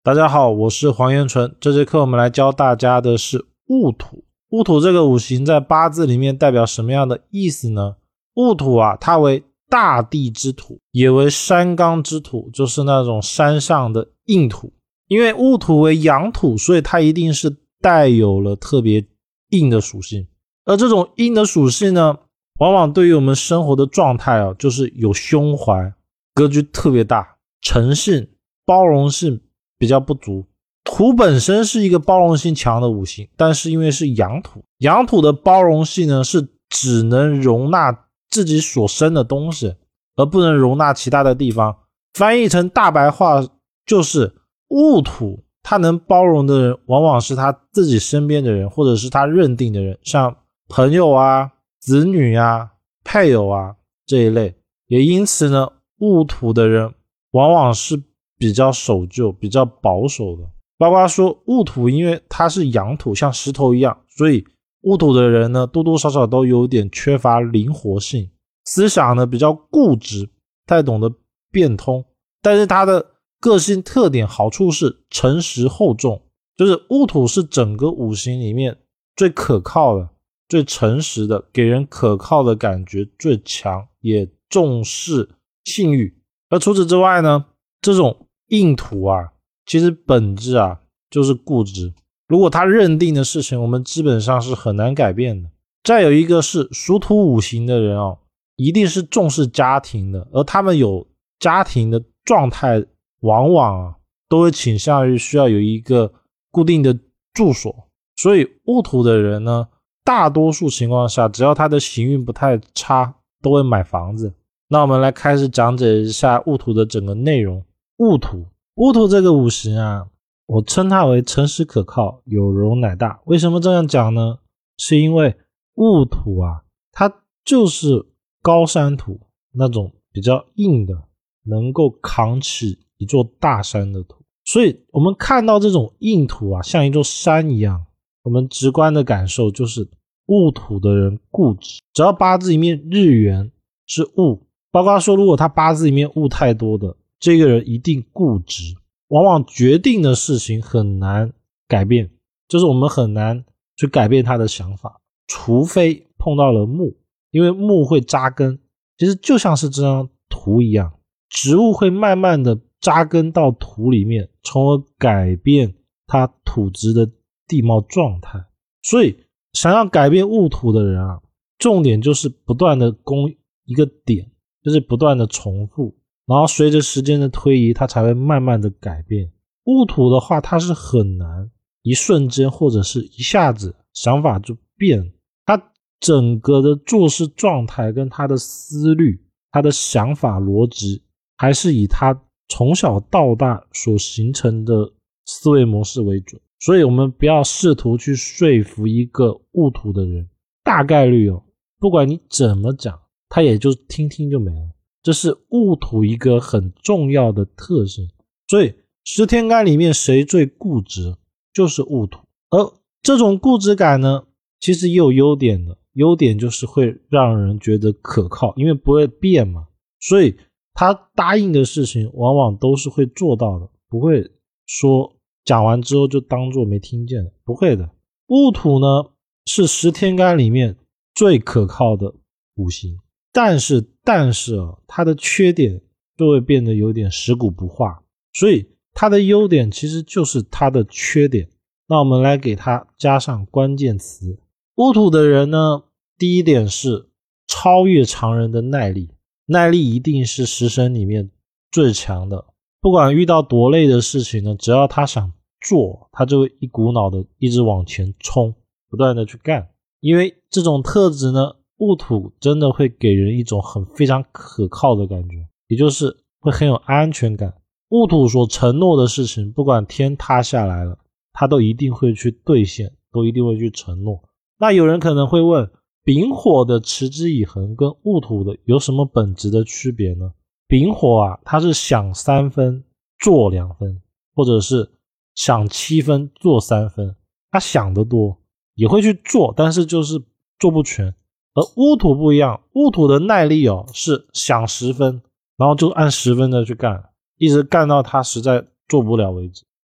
大家好，我是黄彦纯。这节课我们来教大家的是戊土。戊土这个五行在八字里面代表什么样的意思呢？戊土啊，它为大地之土，也为山冈之土，就是那种山上的硬土。因为戊土为阳土，所以它一定是带有了特别硬的属性。而这种硬的属性呢，往往对于我们生活的状态啊，就是有胸怀，格局特别大，诚信、包容性比较不足。土本身是一个包容性强的五行，但是因为是阳土，阳土的包容性呢是只能容纳自己所生的东西，而不能容纳其他的地方。翻译成大白话就是戊土他能包容的人往往是他自己身边的人，或者是他认定的人，像朋友啊、子女啊、配偶啊这一类。也因此呢，戊土的人往往是比较守旧、比较保守的。包括说戊土因为它是阳土，像石头一样，所以戊土的人呢多多少少都有点缺乏灵活性，思想呢比较固执，不太懂得变通。但是他的个性特点好处是诚实厚重，就是戊土是整个五行里面最可靠的、最诚实的，给人可靠的感觉最强，也重视信誉。而除此之外呢，这种硬土啊，其实本质啊就是固执。如果他认定的事情，我们基本上是很难改变的。再有一个是属土五行的人哦，一定是重视家庭的，而他们有家庭的状态，往往啊都会倾向于需要有一个固定的住所。所以戊土的人呢，大多数情况下，只要他的行运不太差，都会买房子。那我们来开始讲解一下戊土的整个内容。戊土这个五行啊，我称它为诚实可靠，有容乃大。为什么这样讲呢？是因为戊土啊，它就是高山土，那种比较硬的，能够扛起一座大山的土。所以我们看到这种硬土啊，像一座山一样，我们直观的感受就是戊土的人固执。只要八字里面日元是戊，包括说如果他八字里面戊太多的，这个人一定固执，往往决定的事情很难改变，就是我们很难去改变他的想法，除非碰到了木，因为木会扎根。其实就像是这张图一样，植物会慢慢的扎根到土里面，从而改变它土质的地貌状态。所以想要改变戊土的人啊，重点就是不断的攻一个点，就是不断的重复，然后随着时间的推移，它才会慢慢的改变。戊土的话，它是很难一瞬间或者是一下子想法就变，它整个的做事状态跟他的思虑、他的想法逻辑，还是以他从小到大所形成的思维模式为准。所以我们不要试图去说服一个戊土的人，大概率哦，不管你怎么讲，他也就听听就没了。这是戊土一个很重要的特性。所以十天干里面谁最固执，就是戊土。而这种固执感呢，其实也有优点的，优点就是会让人觉得可靠，因为不会变嘛，所以他答应的事情往往都是会做到的，不会说讲完之后就当作没听见的，不会的。戊土呢是十天干里面最可靠的五行，但是它的缺点就会变得有点食古不化，所以它的优点其实就是它的缺点。那我们来给它加上关键词。戊土的人呢，第一点是超越常人的耐力，耐力一定是十神里面最强的。不管遇到多累的事情呢，只要他想做，他就会一股脑的一直往前冲，不断的去干。因为这种特质呢，戊土真的会给人一种非常可靠的感觉，也就是会很有安全感。戊土所承诺的事情，不管天塌下来了，他都一定会去兑现，都一定会去承诺。那有人可能会问，丙火的持之以恒跟戊土的有什么本质的区别呢？丙火啊，它是想3分做2分，或者是想7分做3分，他想得多，也会去做，但是就是做不全。而戊土不一样，戊土的耐力哦是想10分，然后就按10分的去干，一直干到他实在做不了为止。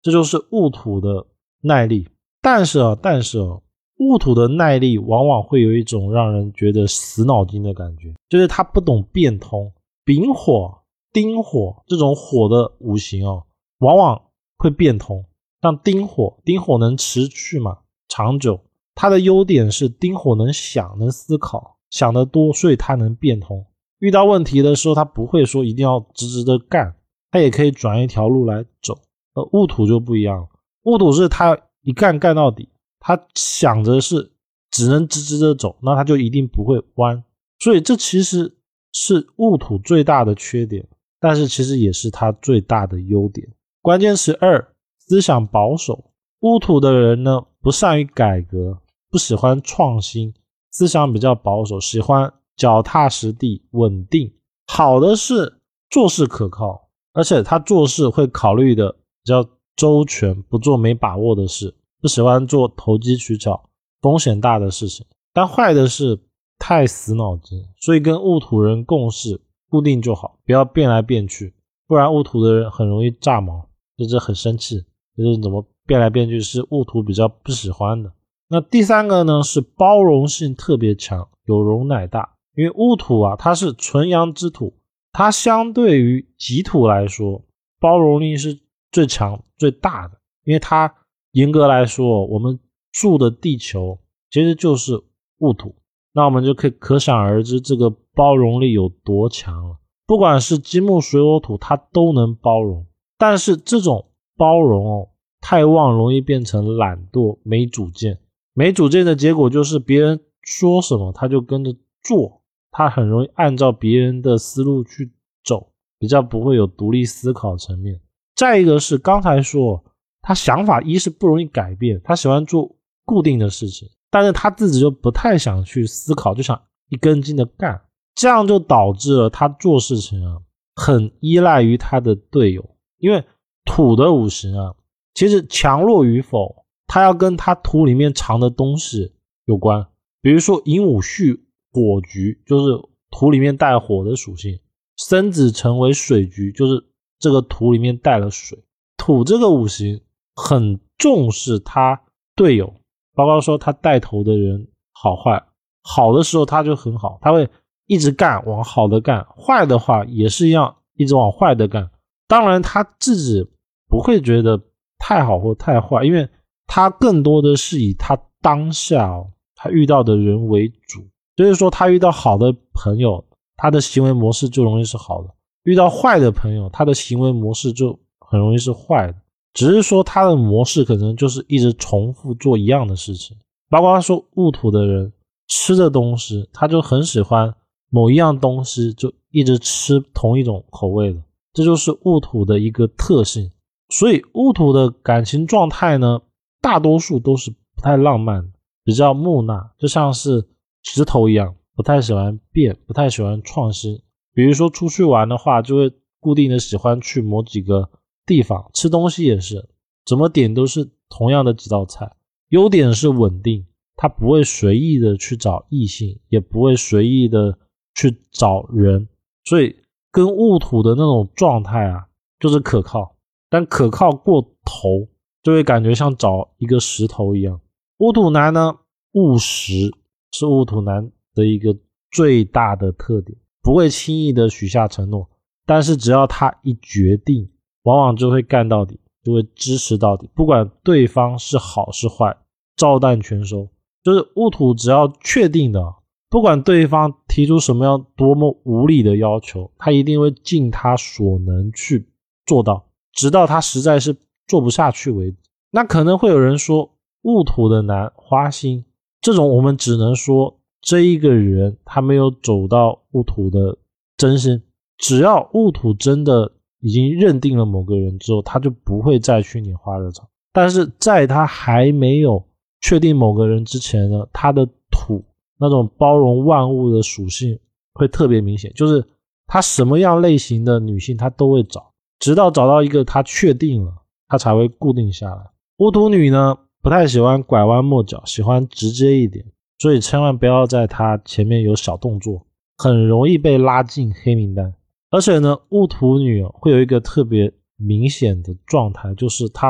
这就是戊土的耐力。但是戊土的耐力往往会有一种让人觉得死脑筋的感觉，就是他不懂变通。丙火、丁火这种火的五行往往会变通。像丁火能持续嘛，长久。它的优点是丁火能想，能思考，想得多，所以它能变通。遇到问题的时候，他不会说一定要直直的干，他也可以转一条路来走。戊土就不一样了，戊土是他一干到底，他想着是只能直直的走，那他就一定不会弯。所以这其实是戊土最大的缺点，但是其实也是他最大的优点。关键词2，思想保守。戊土的人呢，不善于改革，不喜欢创新，思想比较保守，喜欢脚踏实地稳定。好的是做事可靠，而且他做事会考虑的比较周全，不做没把握的事，不喜欢做投机取巧风险大的事情。但坏的是太死脑筋，所以跟戊土人共事固定就好，不要变来变去，不然戊土的人很容易炸毛，就是很生气，就是怎么变来变去是戊土比较不喜欢的。那第3个呢，是包容性特别强，有容乃大。因为戊土它是纯阳之土，它相对于己土来说，包容力是最强最大的。因为它严格来说，我们住的地球其实就是戊土，那我们就可想而知这个包容力有多强了。不管是金木水火土，它都能包容。但是这种包容太旺容易变成懒惰没主见，没主见的结果就是别人说什么他就跟着做，他很容易按照别人的思路去走，比较不会有独立思考层面。再一个是刚才说他想法一是不容易改变，他喜欢做固定的事情，但是他自己就不太想去思考，就想一根筋的干，这样就导致了他做事情很依赖于他的队友。因为土的五行其实强弱与否，它要跟它土里面藏的东西有关。比如说寅午戌火局，就是土里面带火的属性；申子辰为水局，就是这个土里面带了水。土这个五行很重视他队友，包括说他带头的人好坏，好的时候他就很好，他会一直干，往好的干，坏的话也是一样，一直往坏的干。当然他自己不会觉得太好或太坏，因为他更多的是以他当下他遇到的人为主。就是说他遇到好的朋友，他的行为模式就容易是好的，遇到坏的朋友，他的行为模式就很容易是坏的。只是说他的模式可能就是一直重复做一样的事情。包括说戊土的人吃的东西，他就很喜欢某一样东西，就一直吃同一种口味的，这就是戊土的一个特性。所以戊土的感情状态呢，大多数都是不太浪漫的，比较木讷，就像是石头一样，不太喜欢变，不太喜欢创新。比如说出去玩的话，就会固定的喜欢去某几个地方，吃东西也是怎么点都是同样的几道菜。优点是稳定，他不会随意的去找异性，也不会随意的去找人，所以跟戊土的那种状态就是可靠，但可靠过头就会感觉像找一个石头一样。戊土男呢，务实是戊土男的一个最大的特点，不会轻易的许下承诺，但是只要他一决定，往往就会干到底，就会支持到底，不管对方是好是坏，照单全收。就是戊土只要确定的，不管对方提出什么样多么无理的要求，他一定会尽他所能去做到，直到他实在是做不下去为止。那可能会有人说戊土的男花心，这种我们只能说这一个人他没有走到戊土的真心。只要戊土真的已经认定了某个人之后，他就不会再去拈花惹草。但是在他还没有确定某个人之前呢，他的土那种包容万物的属性会特别明显，就是他什么样类型的女性他都会找，直到找到一个他确定了，他才会固定下来。戊土女呢，不太喜欢拐弯抹角，喜欢直接一点，所以千万不要在他前面有小动作，很容易被拉进黑名单。而且呢，戊土女会有一个特别明显的状态，就是她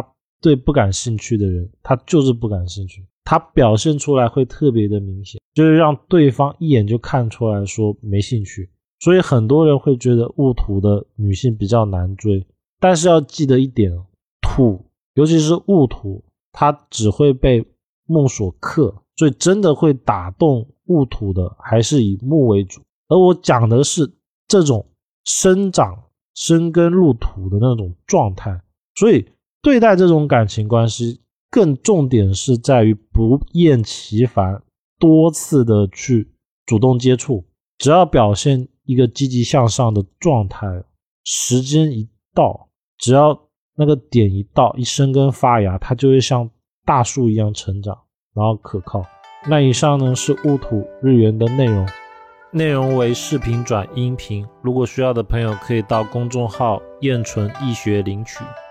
对不感兴趣的人，他就是不感兴趣，他表现出来会特别的明显，就是让对方一眼就看出来说没兴趣。所以很多人会觉得戊土的女性比较难追，但是要记得一点，土尤其是戊土，它只会被木所克，所以真的会打动戊土的还是以木为主。而我讲的是这种生长生根入土的那种状态，所以对待这种感情关系更重点是在于不厌其烦多次的去主动接触，只要表现一个积极向上的状态，时间一到，只要那个点一到，一生根发芽，它就会像大树一样成长，然后可靠。那以上呢是戊土日元的内容为视频转音频，如果需要的朋友可以到公众号燕纯易学领取。